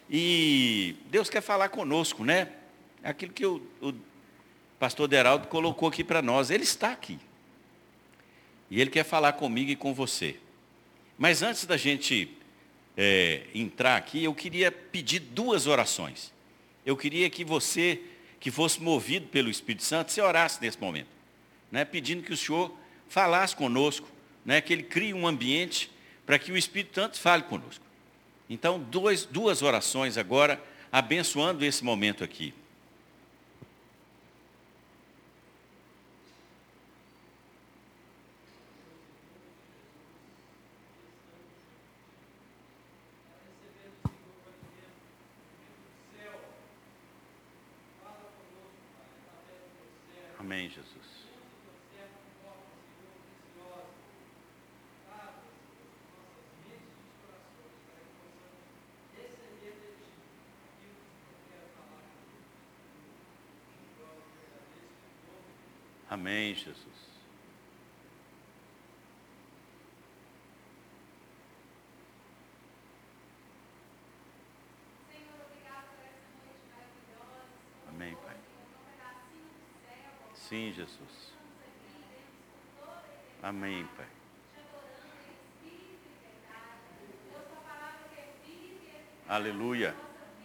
E Deus quer falar conosco, né? Aquilo que o pastor Deraldo colocou aqui para nós. Ele está aqui. E Ele quer falar comigo e com você. Mas antes da gente entrar aqui, eu queria pedir 2 orações. Eu queria que você, que fosse movido pelo Espírito Santo, você orasse nesse momento, né? Pedindo que o Senhor falasse conosco, né? Que Ele crie um ambiente para que o Espírito Santo fale conosco. Então, 2 orações agora, abençoando esse momento aqui. Amém, Jesus. Amém, Jesus. Amém, Pai. Sim, Jesus. Amém, Pai. Aleluia.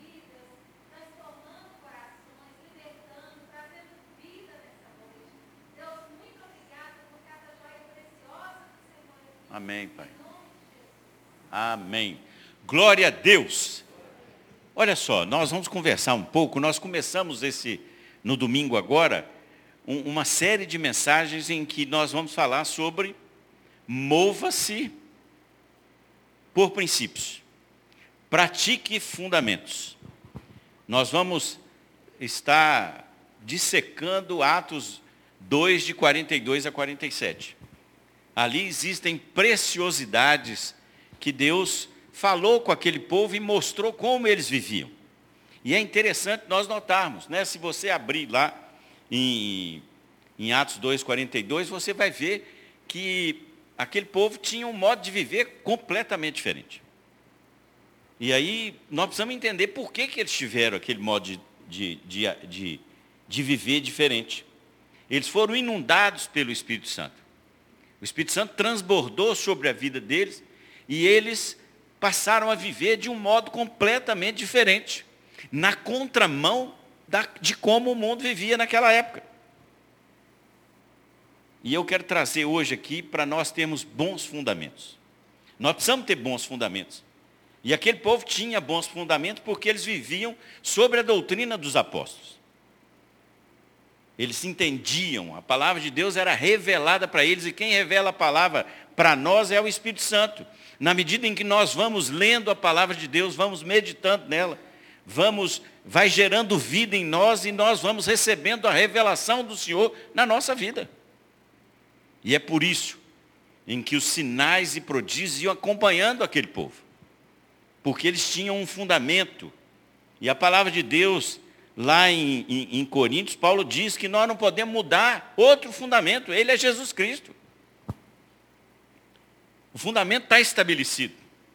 Amém, Pai. Amém. Glória a Deus. Olha só, nós vamos conversar um pouco. Nós começamos no domingo agora, uma série de mensagens em que nós vamos falar sobre mova-se por princípios. Pratique fundamentos. Nós vamos estar dissecando Atos 2, de 42 a 47. Ali existem preciosidades que Deus falou com aquele povo e mostrou como eles viviam. E é interessante nós notarmos, né? Se você abrir lá em Atos 2, 42, você vai ver que aquele povo tinha um modo de viver completamente diferente. E aí nós precisamos entender por que eles tiveram aquele modo de viver diferente. Eles foram inundados pelo Espírito Santo. O Espírito Santo transbordou sobre a vida deles e eles passaram a viver de um modo completamente diferente, na contramão de como o mundo vivia naquela época. E eu quero trazer hoje aqui para nós termos bons fundamentos. Nós precisamos ter bons fundamentos. E aquele povo tinha bons fundamentos porque eles viviam sobre a doutrina dos apóstolos. Eles entendiam, a palavra de Deus era revelada para eles, e quem revela a palavra para nós é o Espírito Santo. Na medida em que nós vamos lendo a palavra de Deus, vamos meditando nela, vai gerando vida em nós e nós vamos recebendo a revelação do Senhor na nossa vida. E é por isso em que os sinais e prodígios iam acompanhando aquele povo. Porque eles tinham um fundamento. E a palavra de Deus, lá em Coríntios, Paulo diz que nós não podemos mudar outro fundamento. Ele é Jesus Cristo. O fundamento está estabelecido.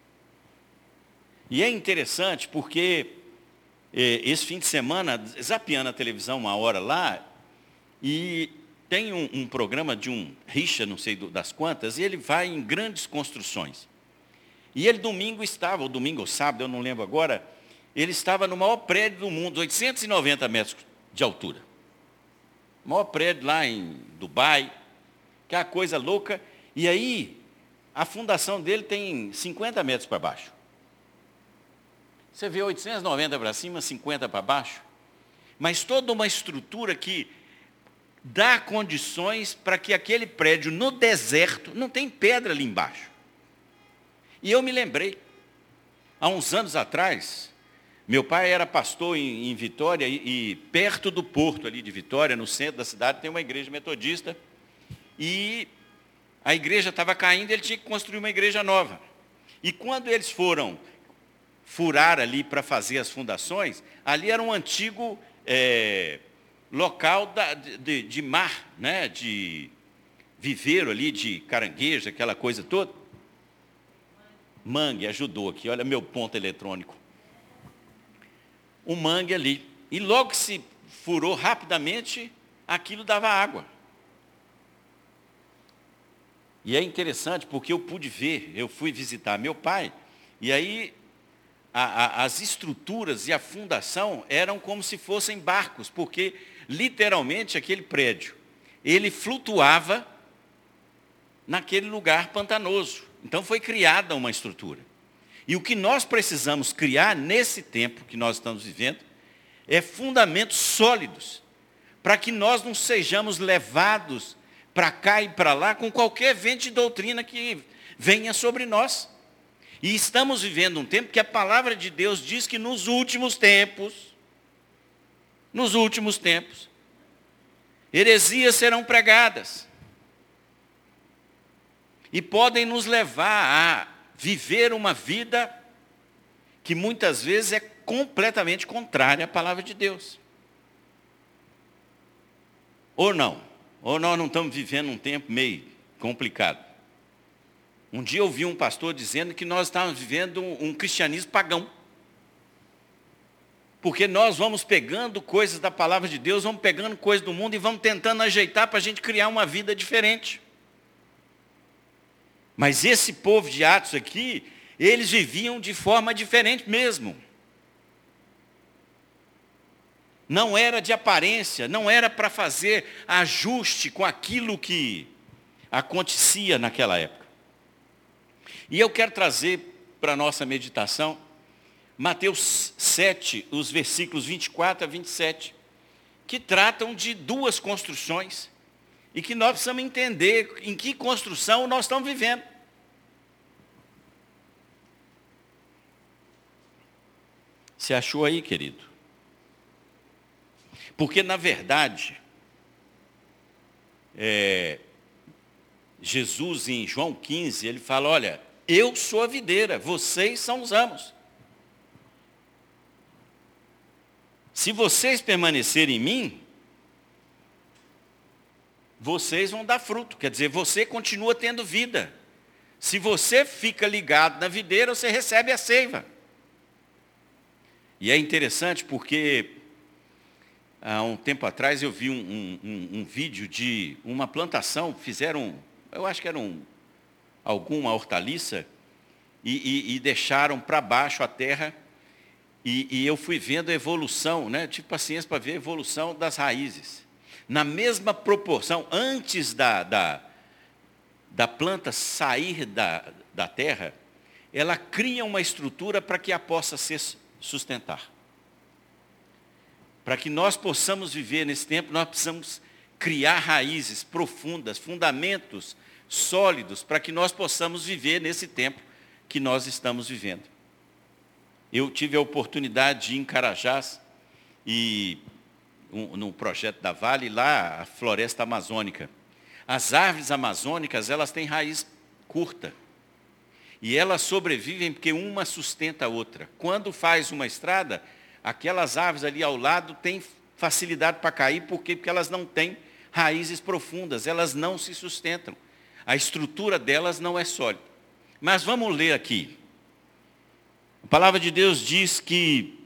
E é interessante porque esse fim de semana, zapeando a televisão uma hora lá, e tem um programa de um Richa, não sei das quantas, e ele vai em grandes construções. E ele domingo ou sábado, eu não lembro agora, ele estava no maior prédio do mundo, 890 metros de altura. O maior prédio lá em Dubai, que é uma coisa louca. E aí, a fundação dele tem 50 metros para baixo. Você vê 890 para cima, 50 para baixo. Mas toda uma estrutura que dá condições para que aquele prédio no deserto, não tem pedra ali embaixo. E eu me lembrei, há uns anos atrás, meu pai era pastor em Vitória e perto do porto ali de Vitória, no centro da cidade, tem uma igreja metodista. E a igreja estava caindo, ele tinha que construir uma igreja nova. E quando eles foram furar ali para fazer as fundações, ali era um antigo local de mar, né, de viveiro ali, de caranguejo, aquela coisa toda. Mangue ajudou aqui, olha meu ponto eletrônico. um mangue ali. E logo que se furou rapidamente, aquilo dava água. E é interessante porque eu pude ver, eu fui visitar meu pai, e aí as estruturas e a fundação eram como se fossem barcos, porque literalmente aquele prédio, ele flutuava naquele lugar pantanoso. Então foi criada uma estrutura. E o que nós precisamos criar nesse tempo que nós estamos vivendo é fundamentos sólidos, para que nós não sejamos levados para cá e para lá com qualquer vento de doutrina que venha sobre nós. E estamos vivendo um tempo que a palavra de Deus diz que nos últimos tempos, heresias serão pregadas. E podem nos levar a viver uma vida que muitas vezes é completamente contrária à palavra de Deus. Ou não? Ou nós não estamos vivendo um tempo meio complicado? Um dia eu vi um pastor dizendo que nós estávamos vivendo um cristianismo pagão. Porque nós vamos pegando coisas da palavra de Deus, vamos pegando coisas do mundo e vamos tentando ajeitar para a gente criar uma vida diferente. Mas esse povo de Atos aqui, eles viviam de forma diferente mesmo. Não era de aparência, não era para fazer ajuste com aquilo que acontecia naquela época. E eu quero trazer para a nossa meditação Mateus 7, os versículos 24 a 27, que tratam de duas construções e que nós precisamos entender em que construção nós estamos vivendo. Você achou aí, querido? Porque, na verdade, Jesus, em João 15, ele fala, olha, eu sou a videira, vocês são os ramos. Se vocês permanecerem em mim, vocês vão dar fruto. Quer dizer, você continua tendo vida. Se você fica ligado na videira, você recebe a seiva. E é interessante porque, há um tempo atrás, eu vi um vídeo de uma plantação, fizeram, eu acho que era alguma hortaliça, e deixaram para baixo a terra, e eu fui vendo a evolução, né? Tive paciência para ver a evolução das raízes. Na mesma proporção, antes da planta sair da terra, ela cria uma estrutura para que a possa sustentar. Para que nós possamos viver nesse tempo, nós precisamos criar raízes profundas, fundamentos sólidos, para que nós possamos viver nesse tempo que nós estamos vivendo. Eu tive a oportunidade de ir em Carajás, e no projeto da Vale, lá a floresta amazônica. As árvores amazônicas, elas têm raiz curta. E elas sobrevivem porque uma sustenta a outra. Quando faz uma estrada, aquelas árvores ali ao lado têm facilidade para cair, porque elas não têm raízes profundas, elas não se sustentam. A estrutura delas não é sólida. Mas vamos ler aqui. A palavra de Deus diz que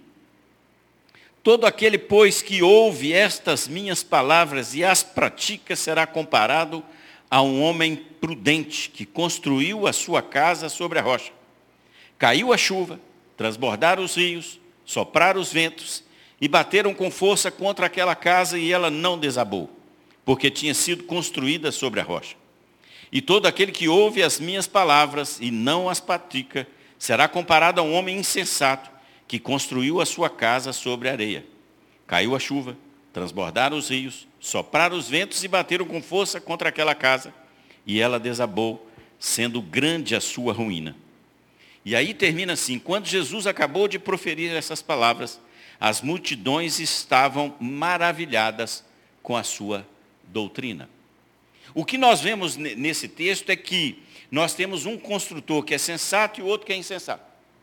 todo aquele, pois, que ouve estas minhas palavras e as pratica, será comparado a um homem prudente que construiu a sua casa sobre a rocha. Caiu a chuva, transbordaram os rios, sopraram os ventos e bateram com força contra aquela casa, e ela não desabou, porque tinha sido construída sobre a rocha. E todo aquele que ouve as minhas palavras e não as pratica, será comparado a um homem insensato que construiu a sua casa sobre a areia. Caiu a chuva, transbordaram os rios, sopraram os ventos e bateram com força contra aquela casa, e ela desabou, sendo grande a sua ruína. E aí termina assim: quando Jesus acabou de proferir essas palavras, as multidões estavam maravilhadas com a sua doutrina. O que nós vemos nesse texto é que nós temos um construtor que é sensato e o outro que é insensato.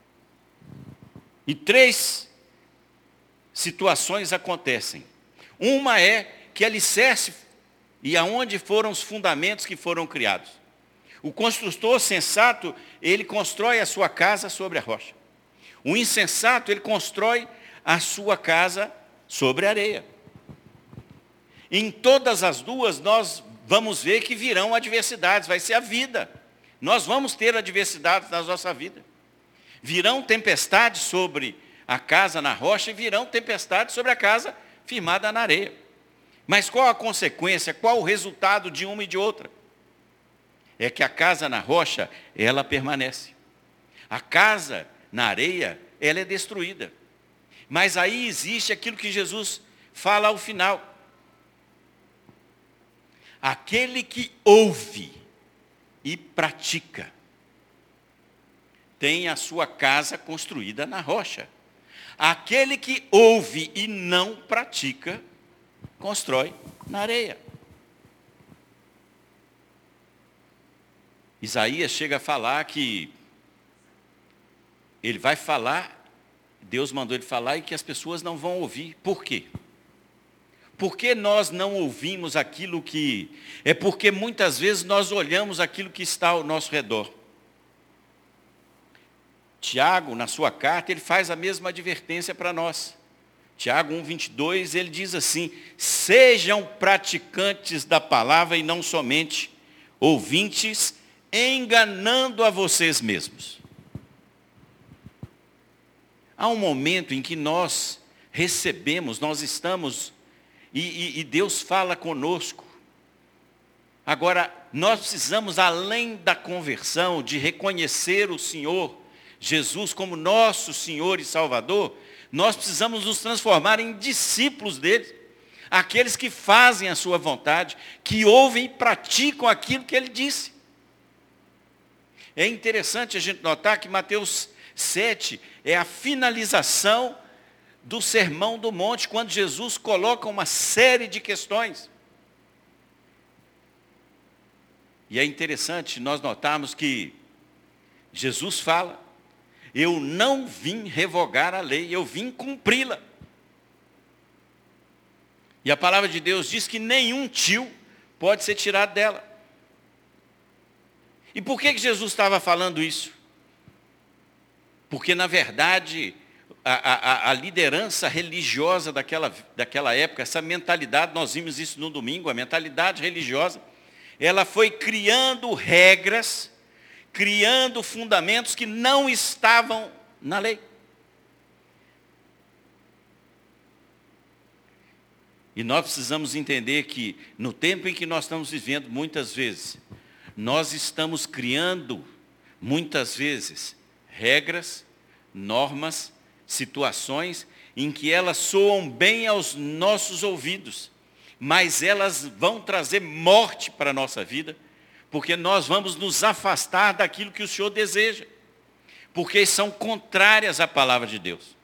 E três situações acontecem. Uma é que alicerce e aonde foram os fundamentos que foram criados. O construtor sensato, ele constrói a sua casa sobre a rocha. O insensato, ele constrói a sua casa sobre areia. Em todas as duas, nós vamos ver que virão adversidades, vai ser a vida. Nós vamos ter adversidades na nossa vida. Virão tempestades sobre a casa na rocha e virão tempestades sobre a casa firmada na areia. Mas qual a consequência, qual o resultado de uma e de outra? É que a casa na rocha, ela permanece. A casa na areia, ela é destruída. Mas aí existe aquilo que Jesus fala ao final. Aquele que ouve e pratica tem a sua casa construída na rocha. Aquele que ouve e não pratica, constrói na areia. Isaías chega a falar que ele vai falar, Deus mandou ele falar e que as pessoas não vão ouvir. Por quê? Por que nós não ouvimos aquilo que... É porque muitas vezes nós olhamos aquilo que está ao nosso redor. Tiago, na sua carta, ele faz a mesma advertência para nós. Tiago 1,22, ele diz assim: sejam praticantes da palavra e não somente ouvintes, enganando a vocês mesmos. Há um momento em que nós recebemos, nós estamos, e Deus fala conosco. Agora, nós precisamos, além da conversão, de reconhecer o Senhor Jesus como nosso Senhor e Salvador, nós precisamos nos transformar em discípulos dele, aqueles que fazem a sua vontade, que ouvem e praticam aquilo que ele disse. É interessante a gente notar que Mateus 7 é a finalização do Sermão do Monte, quando Jesus coloca uma série de questões. E é interessante nós notarmos que Jesus fala: eu não vim revogar a lei, eu vim cumpri-la. E a palavra de Deus diz que nenhum tio pode ser tirado dela. E por que Jesus estava falando isso? Porque, na verdade, a liderança religiosa daquela época, essa mentalidade, nós vimos isso no domingo, a mentalidade religiosa, ela foi criando regras, criando fundamentos que não estavam na lei. E nós precisamos entender que, no tempo em que nós estamos vivendo, muitas vezes, nós estamos criando, muitas vezes, regras, normas, situações em que elas soam bem aos nossos ouvidos, mas elas vão trazer morte para a nossa vida, porque nós vamos nos afastar daquilo que o Senhor deseja, porque são contrárias à palavra de Deus.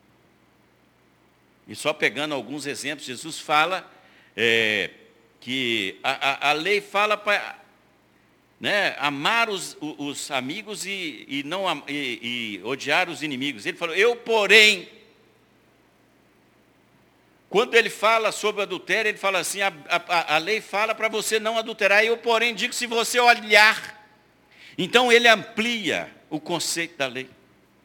E só pegando alguns exemplos, Jesus fala que a lei fala para amar os amigos e odiar os inimigos. Ele falou: eu, porém, quando ele fala sobre adultério, ele fala assim, a lei fala para você não adulterar, eu, porém, digo se você olhar. Então, ele amplia o conceito da lei.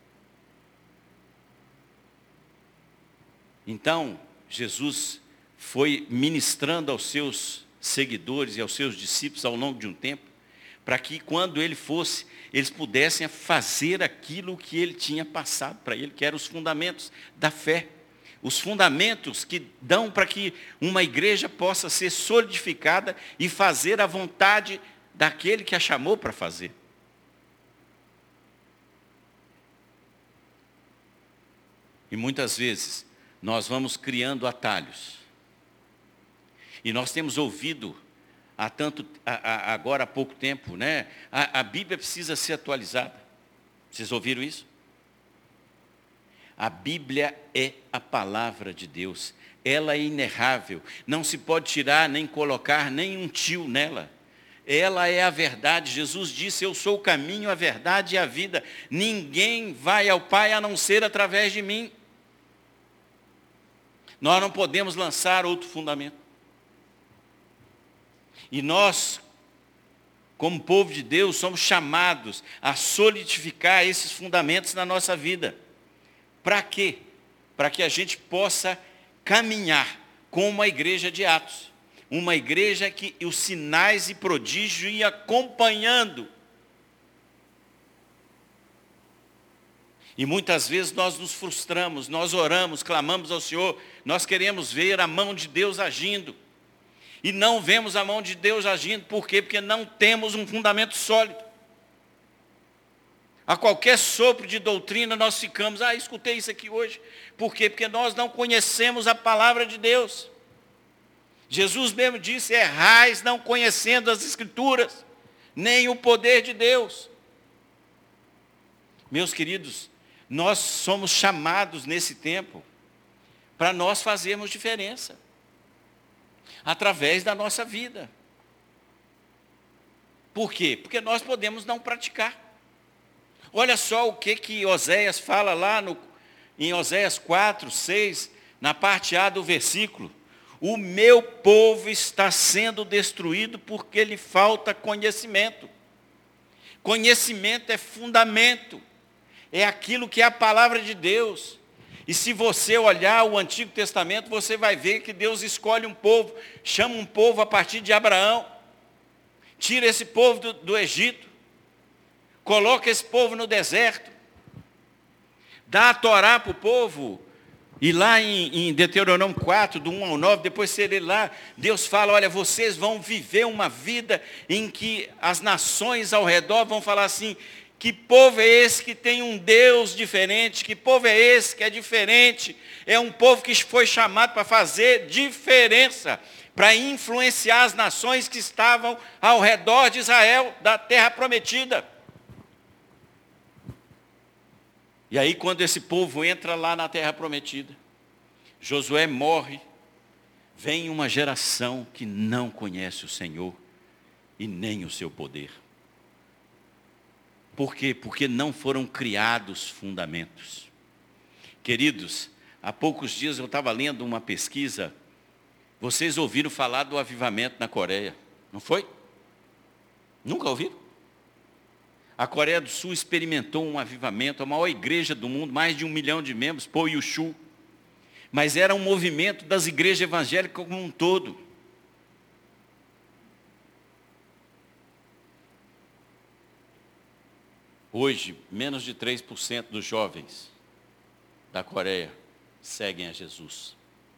Então, Jesus foi ministrando aos seus seguidores e aos seus discípulos ao longo de um tempo, para que quando ele fosse, eles pudessem fazer aquilo que ele tinha passado para ele, que eram os fundamentos da fé. Os fundamentos que dão para que uma igreja possa ser solidificada e fazer a vontade daquele que a chamou para fazer. E muitas vezes nós vamos criando atalhos. E nós temos ouvido agora há pouco tempo, a Bíblia precisa ser atualizada. Vocês ouviram isso? A Bíblia é a palavra de Deus. Ela é inerrável. Não se pode tirar nem colocar nenhum tio nela. Ela é a verdade. Jesus disse: eu sou o caminho, a verdade e a vida. Ninguém vai ao Pai a não ser através de mim. Nós não podemos lançar outro fundamento. E nós, como povo de Deus, somos chamados a solidificar esses fundamentos na nossa vida. Para quê? para que a gente possa caminhar com uma igreja de Atos. Uma igreja que os sinais e prodígios iam acompanhando. E muitas vezes nós nos frustramos, nós oramos, clamamos ao Senhor, nós queremos ver a mão de Deus agindo. E não vemos a mão de Deus agindo, por quê? Porque não temos um fundamento sólido. A qualquer sopro de doutrina nós ficamos, escutei isso aqui hoje. Por quê? Porque nós não conhecemos a palavra de Deus. Jesus mesmo disse, errais não conhecendo as Escrituras, nem o poder de Deus. Meus queridos, nós somos chamados nesse tempo para nós fazermos diferença através da nossa vida. Por quê? Porque nós podemos não praticar. Olha só o que Oséias fala lá em Oséias 4, 6, na parte A do versículo. O meu povo está sendo destruído porque lhe falta conhecimento. Conhecimento é fundamento. É aquilo que é a palavra de Deus. E se você olhar o Antigo Testamento, você vai ver que Deus escolhe um povo, chama um povo a partir de Abraão, tira esse povo do Egito, coloca esse povo no deserto, dá a Torá para o povo, e lá em Deuteronômio 4, do 1 ao 9, depois você lê lá, Deus fala, olha, vocês vão viver uma vida em que as nações ao redor vão falar assim, que povo é esse que tem um Deus diferente? Que povo é esse que é diferente? É um povo que foi chamado para fazer diferença, para influenciar as nações que estavam ao redor de Israel, da terra prometida. E aí quando esse povo entra lá na terra prometida, Josué morre, vem uma geração que não conhece o Senhor e nem o seu poder. Por quê? Porque não foram criados fundamentos. Queridos, há poucos dias eu estava lendo uma pesquisa, vocês ouviram falar do avivamento na Coreia, não foi? Nunca ouviram? A Coreia do Sul experimentou um avivamento, a maior igreja do mundo, mais de 1 milhão de membros, Poyushu. Mas era um movimento das igrejas evangélicas como um todo. Hoje, menos de 3% dos jovens da Coreia seguem a Jesus.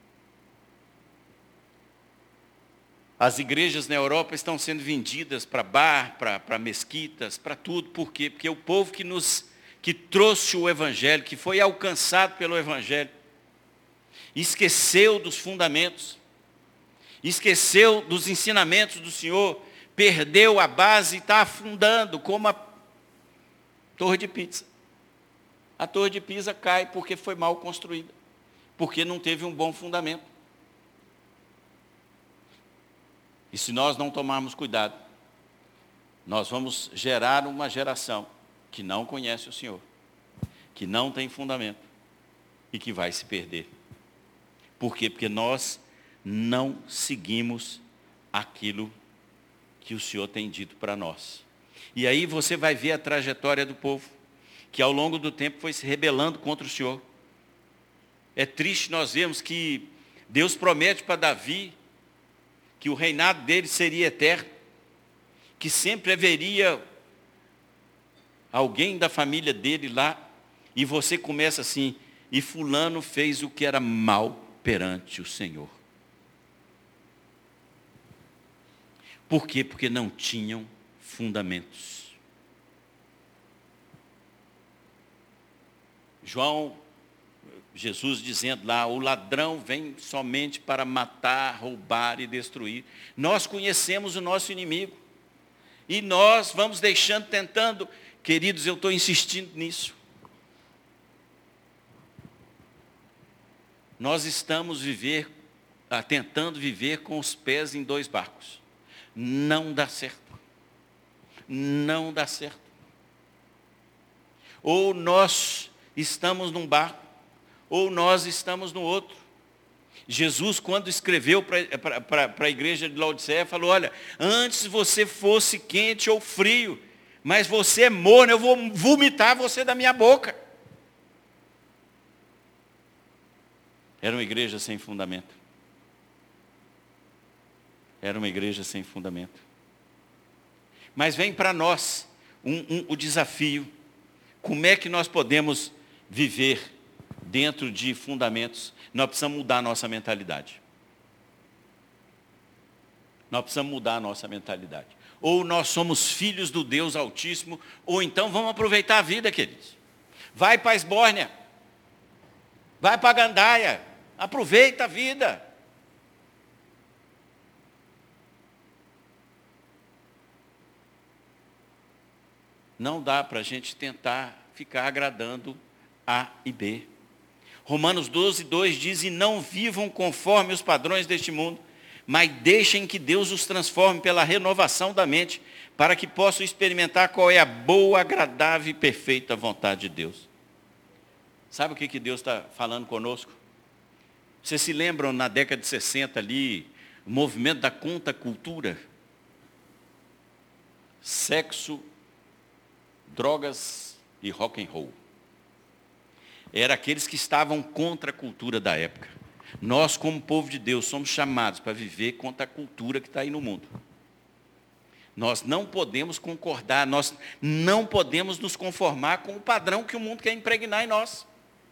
As igrejas na Europa estão sendo vendidas para bar, para mesquitas, para tudo. Por quê? Porque o povo que trouxe o Evangelho, que foi alcançado pelo Evangelho, esqueceu dos fundamentos, esqueceu dos ensinamentos do Senhor, perdeu a base e está afundando como a Torre de Pisa. A Torre de Pisa cai porque foi mal construída, porque não teve um bom fundamento. E se nós não tomarmos cuidado, nós vamos gerar uma geração que não conhece o Senhor, que não tem fundamento e que vai se perder. Por quê? Porque nós não seguimos aquilo que o Senhor tem dito para nós. E aí você vai ver a trajetória do povo, que ao longo do tempo foi se rebelando contra o Senhor. É triste nós vermos que Deus promete para Davi que o reinado dele seria eterno, que sempre haveria alguém da família dele lá, e você começa assim, e fulano fez o que era mal perante o Senhor. Por quê? Porque não tinham fundamentos. Jesus dizendo lá, o ladrão vem somente para matar, roubar e destruir. Nós conhecemos o nosso inimigo. E nós vamos tentando, queridos, eu estou insistindo nisso. Nós estamos tentando viver com os pés em 2 barcos. Não dá certo. Não dá certo. Ou nós estamos num barco, ou nós estamos no outro. Jesus, quando escreveu para a igreja de Laodiceia, falou, olha, antes você fosse quente ou frio, mas você é morno, eu vou vomitar você da minha boca. Era uma igreja sem fundamento. Era uma igreja sem fundamento. Mas vem para nós o desafio. Como é que nós podemos viver dentro de fundamentos? Nós precisamos mudar a nossa mentalidade. Nós precisamos mudar a nossa mentalidade. Ou nós somos filhos do Deus Altíssimo, ou então vamos aproveitar a vida, queridos. Vai para a Esbórnia. Vai para a Gandaia. Aproveita a vida. Não dá para a gente tentar ficar agradando A e B. Romanos 12, 2 diz, e não vivam conforme os padrões deste mundo, mas deixem que Deus os transforme pela renovação da mente, para que possam experimentar qual é a boa, agradável e perfeita vontade de Deus. Sabe o que Deus está falando conosco? Vocês se lembram na década de 60 ali, o movimento da contracultura? Sexo, drogas e rock and roll. Era aqueles que estavam contra a cultura da época. Nós, como povo de Deus, somos chamados para viver contra a cultura que está aí no mundo. Nós não podemos concordar, nós não podemos nos conformar com o padrão que o mundo quer impregnar em nós.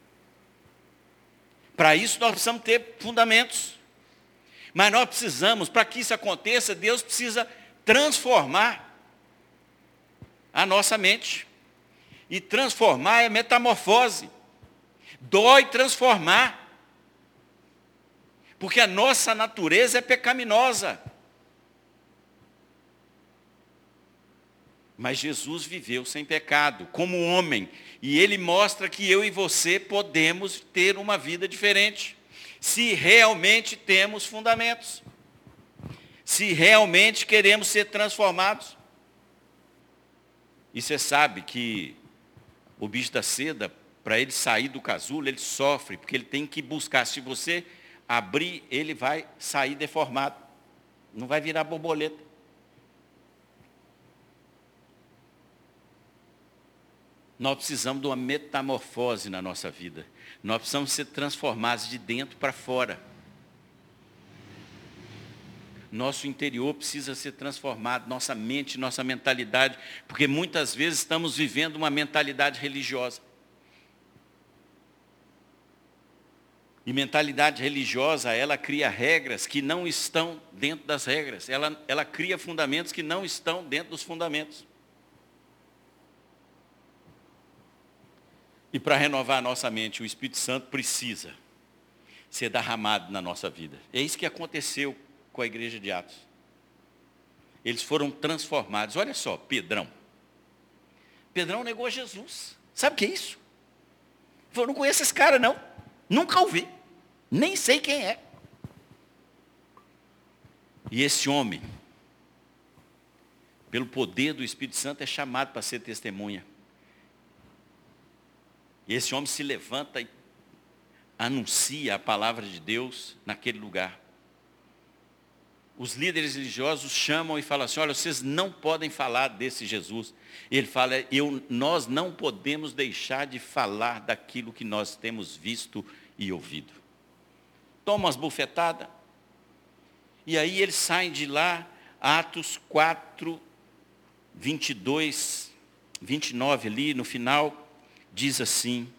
Para isso nós precisamos ter fundamentos. Mas nós precisamos, para que isso aconteça, Deus precisa transformar a nossa mente. E transformar é metamorfose. Dói transformar. Porque a nossa natureza é pecaminosa. Mas Jesus viveu sem pecado, como homem. E ele mostra que eu e você podemos ter uma vida diferente. Se realmente temos fundamentos. Se realmente queremos ser transformados. E você sabe que o bicho da seda, para ele sair do casulo, ele sofre, porque ele tem que buscar. Se você abrir, ele vai sair deformado. Não vai virar borboleta. Nós precisamos de uma metamorfose na nossa vida. Nós precisamos ser transformados de dentro para fora. Nosso interior precisa ser transformado, nossa mente, nossa mentalidade, porque muitas vezes estamos vivendo uma mentalidade religiosa. E mentalidade religiosa, ela cria regras que não estão dentro das regras. Ela cria fundamentos que não estão dentro dos fundamentos. E para renovar a nossa mente, o Espírito Santo precisa ser derramado na nossa vida. É isso que aconteceu com a igreja de Atos. Eles foram transformados. Olha só, Pedrão. Pedrão negou Jesus. Sabe o que é isso? Ele falou, não conheço esse cara não. Nunca ouvi. Nem sei quem é. E esse homem, pelo poder do Espírito Santo, é chamado para ser testemunha. E esse homem se levanta e anuncia a palavra de Deus naquele lugar. Os líderes religiosos chamam e falam assim, olha, vocês não podem falar desse Jesus. E ele fala, nós não podemos deixar de falar daquilo que nós temos visto e ouvido. Toma umas bufetadas. E aí eles saem de lá, Atos 4, 22, 29 ali no final. Diz assim,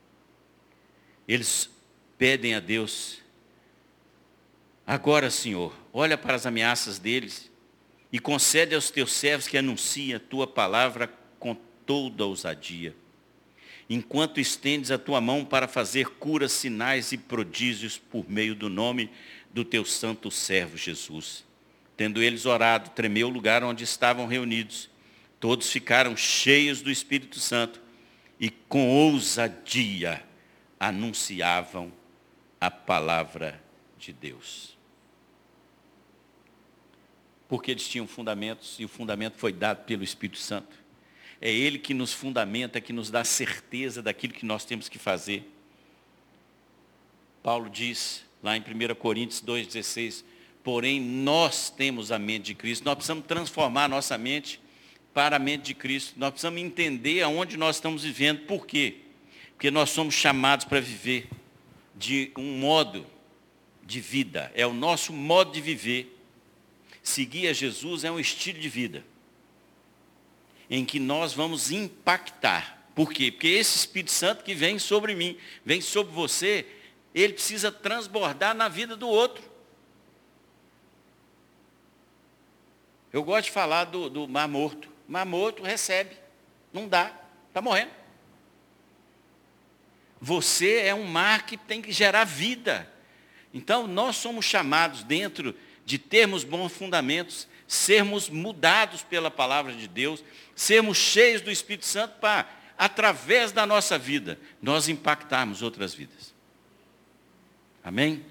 eles pedem a Deus, agora, Senhor, olha para as ameaças deles e concede aos teus servos que anunciem a tua palavra com toda ousadia, enquanto estendes a tua mão para fazer curas, sinais e prodígios por meio do nome do teu santo servo Jesus. Tendo eles orado, tremeu o lugar onde estavam reunidos. Todos ficaram cheios do Espírito Santo e com ousadia anunciavam a palavra de Deus. Porque eles tinham fundamentos e o fundamento foi dado pelo Espírito Santo. É Ele que nos fundamenta, que nos dá certeza daquilo que nós temos que fazer. Paulo diz lá em 1 Coríntios 2,16, porém nós temos a mente de Cristo. Nós precisamos transformar a nossa mente para a mente de Cristo. Nós precisamos entender aonde nós estamos vivendo. Por quê? Porque nós somos chamados para viver de um modo de vida, é o nosso modo de viver. Seguir a Jesus é um estilo de vida, em que nós vamos impactar. Por quê? Porque esse Espírito Santo que vem sobre mim, vem sobre você, ele precisa transbordar na vida do outro. Eu gosto de falar do Mar Morto. Mar Morto recebe, não dá, está morrendo. Você é um mar que tem que gerar vida. Então, nós somos chamados, dentro de termos bons fundamentos, sermos mudados pela palavra de Deus, sermos cheios do Espírito Santo para, através da nossa vida, nós impactarmos outras vidas. Amém?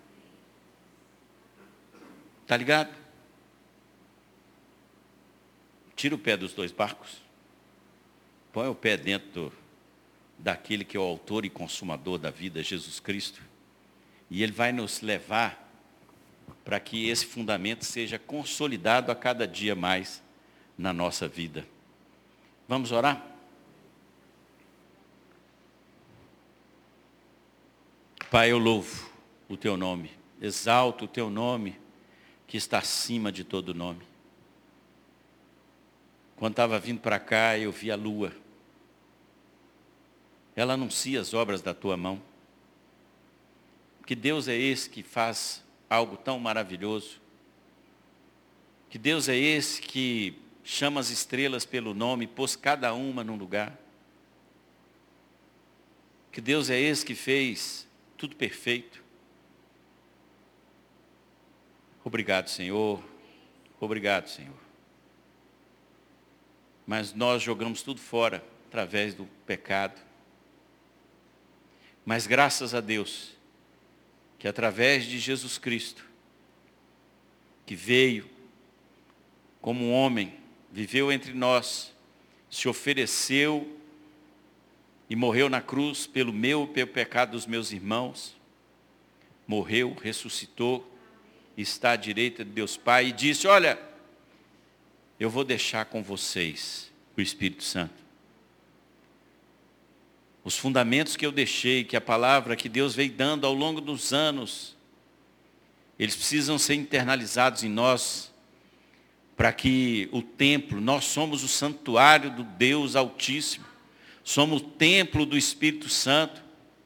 Está ligado? Tira o pé dos dois barcos. Põe o pé dentro daquele que é o autor e consumador da vida, Jesus Cristo. E ele vai nos levar para que esse fundamento seja consolidado a cada dia mais na nossa vida. Vamos orar? Pai, eu louvo o teu nome, exalto o teu nome, que está acima de todo nome. Quando estava vindo para cá, eu vi a lua. Ela anuncia as obras da tua mão. Que Deus é esse que faz algo tão maravilhoso? Que Deus é esse que chama as estrelas pelo nome e pôs cada uma num lugar? Que Deus é esse que fez tudo perfeito? Obrigado, Senhor. Obrigado, Senhor. Mas nós jogamos tudo fora através do pecado. Mas graças a Deus, que através de Jesus Cristo, que veio como um homem, viveu entre nós, se ofereceu e morreu na cruz pelo meu e pelo pecado dos meus irmãos, morreu, ressuscitou, está à direita de Deus Pai e disse: olha, eu vou deixar com vocês o Espírito Santo. Os fundamentos que eu deixei, que a palavra que Deus veio dando ao longo dos anos, eles precisam ser internalizados em nós, para que o templo, nós somos o santuário do Deus Altíssimo, somos o templo do Espírito Santo,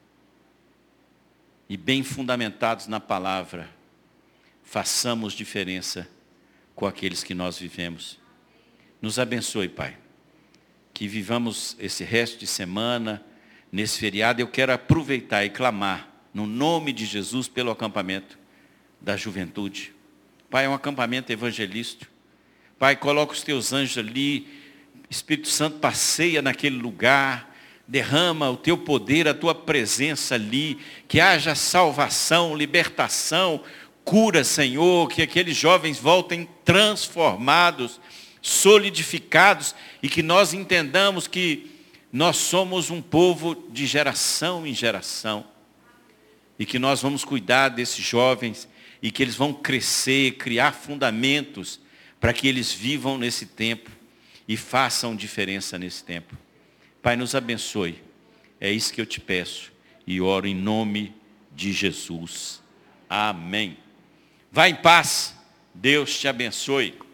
e bem fundamentados na palavra, façamos diferença com aqueles que nós vivemos. Nos abençoe, Pai, que vivamos esse resto de semana, nesse feriado. Eu quero aproveitar e clamar, no nome de Jesus, pelo acampamento da juventude. Pai, é um acampamento evangelístico. Pai, coloca os teus anjos ali, Espírito Santo passeia naquele lugar, derrama o teu poder, a tua presença ali, que haja salvação, libertação, cura, Senhor, que aqueles jovens voltem transformados, solidificados, e que nós entendamos que nós somos um povo de geração em geração, e que nós vamos cuidar desses jovens, e que eles vão crescer, criar fundamentos, para que eles vivam nesse tempo, e façam diferença nesse tempo. Pai, nos abençoe, é isso que eu te peço, e oro em nome de Jesus. Amém. Vá em paz, Deus te abençoe.